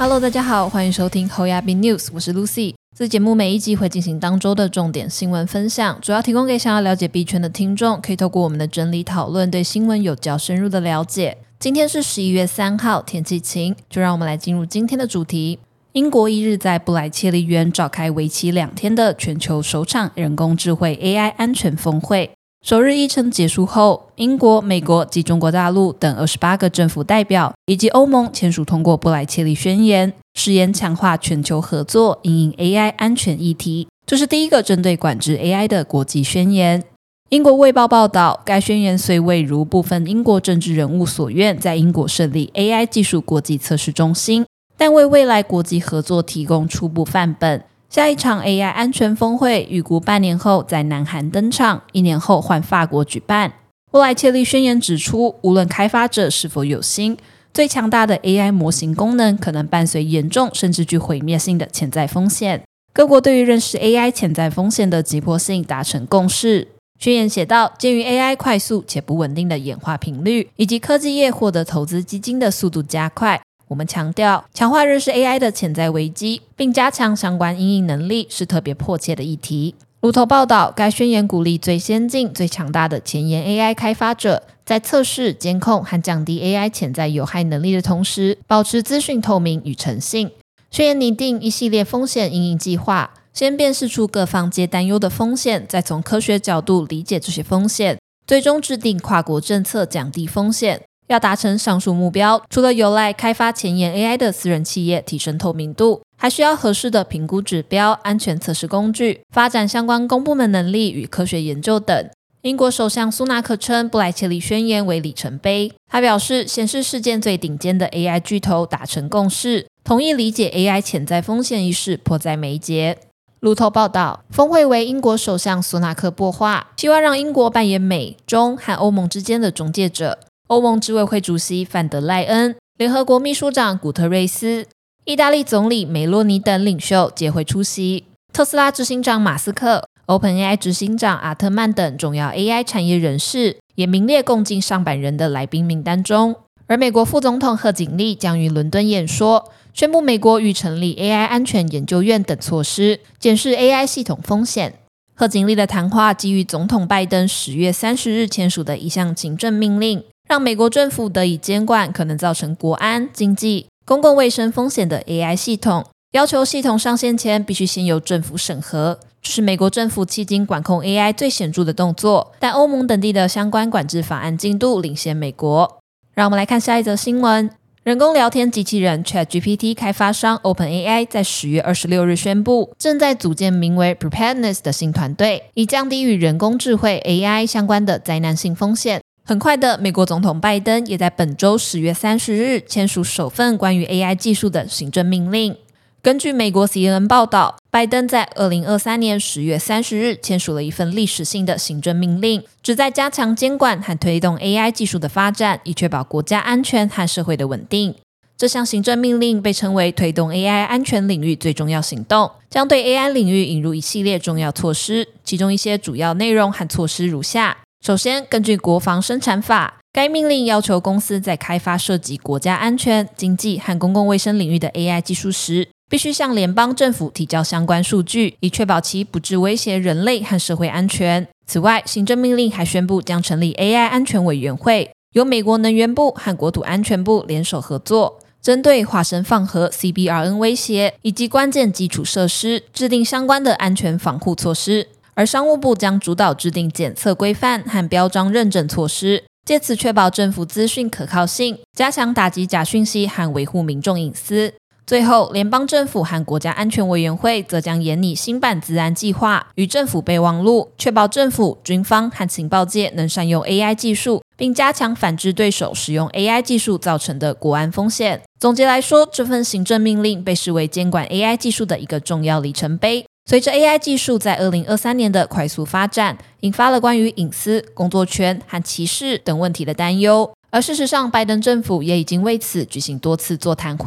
Hello， 大家好，欢迎收听侯亚斌 News， 我是 Lucy。这节目每一集会进行当周的重点新闻分享，主要提供给想要了解币圈的听众，可以透过我们的整理讨论，对新闻有较深入的了解。今天是11月3号，天气晴，就让我们来进入今天的主题。英国一日在布莱切利园召开为期2天的全球首场人工智慧 AI 安全峰会。首日议程结束后，英国、美国及中国大陆等28个政府代表以及欧盟签署通过布莱切利宣言，誓言强化全球合作，因应 AI 安全议题。这是第一个针对管制 AI 的国际宣言。英国卫报报道，该宣言虽未如部分英国政治人物所愿在英国设立 AI 技术国际测试中心，但为未来国际合作提供初步范本。下一场 AI 安全峰会预估半年后在南韩登场，1年后换法国举办。布莱切利宣言指出，无论开发者是否有心，最强大的 AI 模型功能可能伴随严重甚至具毁灭性的潜在风险。各国对于认识 AI 潜在风险的急迫性达成共识。宣言写道，鉴于 AI 快速且不稳定的演化频率，以及科技业获得投资基金的速度加快，我们强调强化认识 AI 的潜在危机，并加强相关因应能力是特别迫切的议题。路透报道，该宣言鼓励最先进、最强大的前沿 AI 开发者，在测试、监控和降低 AI 潜在有害能力的同时，保持资讯透明与诚信。宣言拟定一系列风险因应计划，先辨识出各方皆担忧的风险，再从科学角度理解这些风险，最终制定跨国政策降低风险。要达成上述目标，除了有赖开发前沿 AI 的私人企业提升透明度，还需要合适的评估指标、安全测试工具、发展相关公部门能力与科学研究等。英国首相苏纳克称布莱切利宣言为里程碑，他表示显示世界最顶尖的 AI 巨头达成共识，同意理解 AI 潜在风险一事迫在眉睫。路透报道，峰会为英国首相苏纳克擘画，希望让英国扮演美、中和欧盟之间的中介者。欧盟执委会主席范德赖恩、联合国秘书长古特瑞斯、意大利总理梅洛尼等领袖皆会出席。特斯拉执行长马斯克、OpenAI 执行长阿特曼等重要 AI 产业人士也名列共进上百人的来宾名单中。而美国副总统贺锦丽将于伦敦演说，宣布美国欲成立 AI 安全研究院等措施，检视 AI 系统风险。贺锦丽的谈话基于总统拜登10月30日签署的一项行政命令，让美国政府得以监管可能造成国安、经济、公共卫生风险的 AI 系统，要求系统上线前必须先由政府审核。这是美国政府迄今管控 AI 最显著的动作，但欧盟等地的相关管制法案进度领先美国。让我们来看下一则新闻。人工聊天机器人 ChatGPT 开发商 OpenAI 在10月26日宣布，正在组建名为 Preparedness 的新团队，以降低与人工智慧 AI 相关的灾难性风险。很快的，美国总统拜登也在本周10月30日签署首份关于 AI 技术的行政命令。根据美国 CNN 报道，拜登在2023年10月30日签署了一份历史性的行政命令，旨在加强监管和推动 AI 技术的发展，以确保国家安全和社会的稳定。这项行政命令被称为推动 AI 安全领域最重要行动，将对 AI 领域引入一系列重要措施，其中一些主要内容和措施如下。首先，根据国防生产法，该命令要求公司在开发涉及国家安全、经济和公共卫生领域的 AI 技术时，必须向联邦政府提交相关数据，以确保其不致威胁人类和社会安全。此外，行政命令还宣布将成立 AI 安全委员会，由美国能源部和国土安全部联手合作，针对化身放核 CBRN 威胁以及关键基础设施制定相关的安全防护措施。而商务部将主导制定检测规范和标章认证措施，借此确保政府资讯可靠性，加强打击假讯息和维护民众隐私。最后，联邦政府和国家安全委员会则将研拟新版资安计划与政府备忘录，确保政府、军方和情报界能善用 AI 技术，并加强反制对手使用 AI 技术造成的国安风险。总结来说，这份行政命令被视为监管 AI 技术的一个重要里程碑。随着 AI 技术在2023年的快速发展，引发了关于隐私、工作权和歧视等问题的担忧。而事实上，拜登政府也已经为此举行多次座谈会，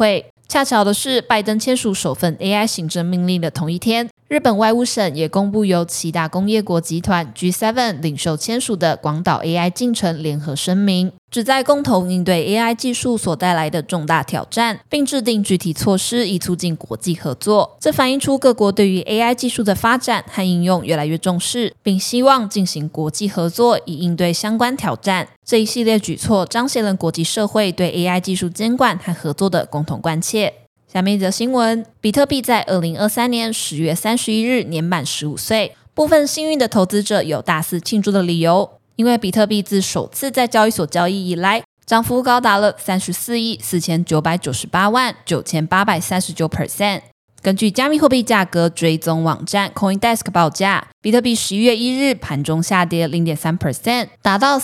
恰巧的是，拜登签署首份 AI 行政命令的同一天，日本外务省也公布由7大工业国集团 G7 领袖签署的广岛 AI 进程联合声明，旨在共同应对 AI 技术所带来的重大挑战，并制定具体措施以促进国际合作。这反映出各国对于 AI 技术的发展和应用越来越重视，并希望进行国际合作以应对相关挑战。这一系列举措彰显了国际社会对 AI 技术监管和合作的共同关切。下面一则新闻，比特币在2023年10月31日年满15岁，部分幸运的投资者有大肆庆祝的理由，因为比特币自首次在交易所交易以来，涨幅高达了34亿4998万9839%。根据加密货币价格追踪网站 CoinDesk 报价，比特币11月1日盘中下跌 0.3%， 达到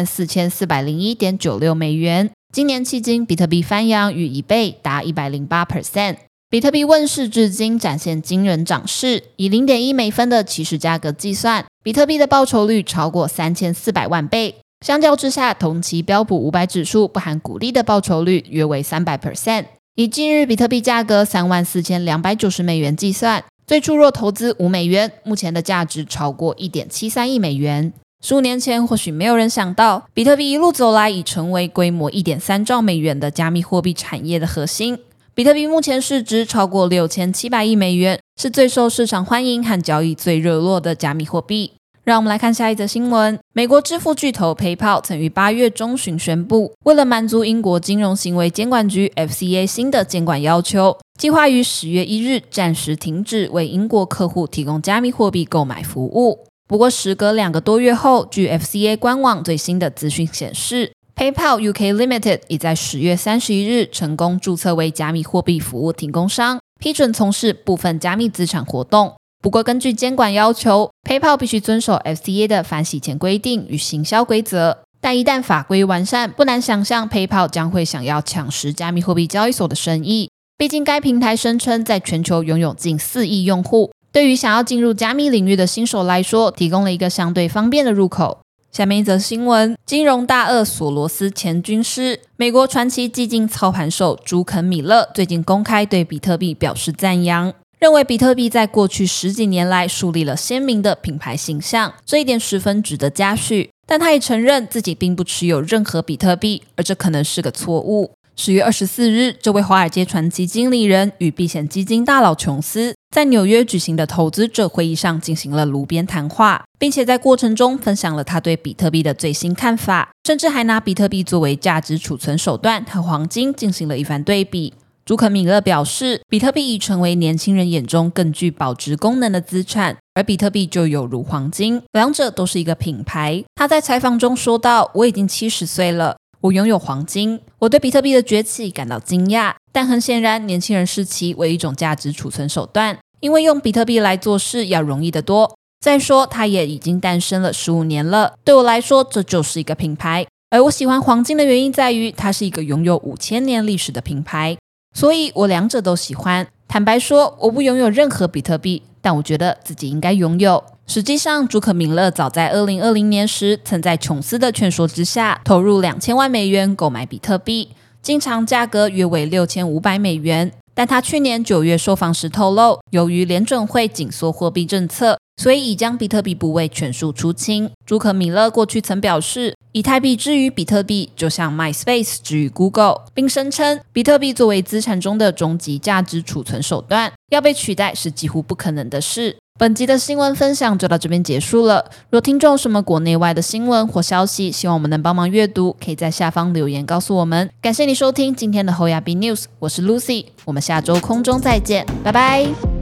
34,401.96美元。今年迄今，比特币翻扬逾1倍，达 108%。比特币问世至今展现惊人涨势，以 0.1 美分的起始价格计算，比特币的报酬率超过3400万倍。相较之下，同期标普500指数不含股利的报酬率约为 300%。以近日比特币价格34,290美元计算，最初若投资5美元，目前的价值超过 1.73 亿美元。15年前或许没有人想到，比特币一路走来已成为规模 1.3 兆美元的加密货币产业的核心。比特币目前市值超过6700亿美元，是最受市场欢迎和交易最热络的加密货币。让我们来看下一则新闻。美国支付巨头 PayPal 曾于8月中旬宣布，为了满足英国金融行为监管局 FCA 新的监管要求，计划于10月1日暂时停止为英国客户提供加密货币购买服务。不过时隔2个多月后，据 FCA 官网最新的资讯显示， PayPal UK Limited 已在10月31日成功注册为加密货币服务提供商，批准从事部分加密资产活动。不过根据监管要求， PayPal 必须遵守 FCA 的反洗钱规定与行销规则，但一旦法规完善，不难想象 PayPal 将会想要抢食加密货币交易所的生意。毕竟该平台声称在全球拥有近4亿用户，对于想要进入加密领域的新手来说，提供了一个相对方便的入口。下面一则新闻，金融大鳄索罗斯前军师、美国传奇基金操盘手朱肯米勒最近公开对比特币表示赞扬，认为比特币在过去10几年来树立了鲜明的品牌形象，这一点十分值得嘉许。但他也承认自己并不持有任何比特币，而这可能是个错误。10月24日，这位华尔街传奇经理人与避险基金大佬琼斯在纽约举行的投资者会议上进行了炉边谈话，并且在过程中分享了他对比特币的最新看法，甚至还拿比特币作为价值储存手段和黄金进行了一番对比。朱肯米勒表示，比特币已成为年轻人眼中更具保值功能的资产，而比特币就有如黄金，两者都是一个品牌。他在采访中说道，我已经70岁了，我拥有黄金，我对比特币的崛起感到惊讶，但很显然年轻人视其为一种价值储存手段，因为用比特币来做事要容易得多。再说它也已经诞生了15年了，对我来说这就是一个品牌。而我喜欢黄金的原因在于它是一个拥有5000年历史的品牌，所以我两者都喜欢。坦白说，我不拥有任何比特币，但我觉得自己应该拥有。实际上，朱肯米勒早在2020年时曾在琼斯的劝说之下投入2000万美元购买比特币，进场价格约为6500美元。但他去年9月受访时透露，由于联准会紧缩货币政策，所以已将比特币部位全数出清。朱肯米勒过去曾表示，以太币之于比特币就像 MySpace 之于 Google， 并声称比特币作为资产中的终极价值储存手段，要被取代是几乎不可能的事。本集的新闻分享就到这边结束了。若听众有什么国内外的新闻或消息，希望我们能帮忙阅读，可以在下方留言告诉我们。感谢你收听今天的侯亚斌 News， 我是 Lucy， 我们下周空中再见，拜拜。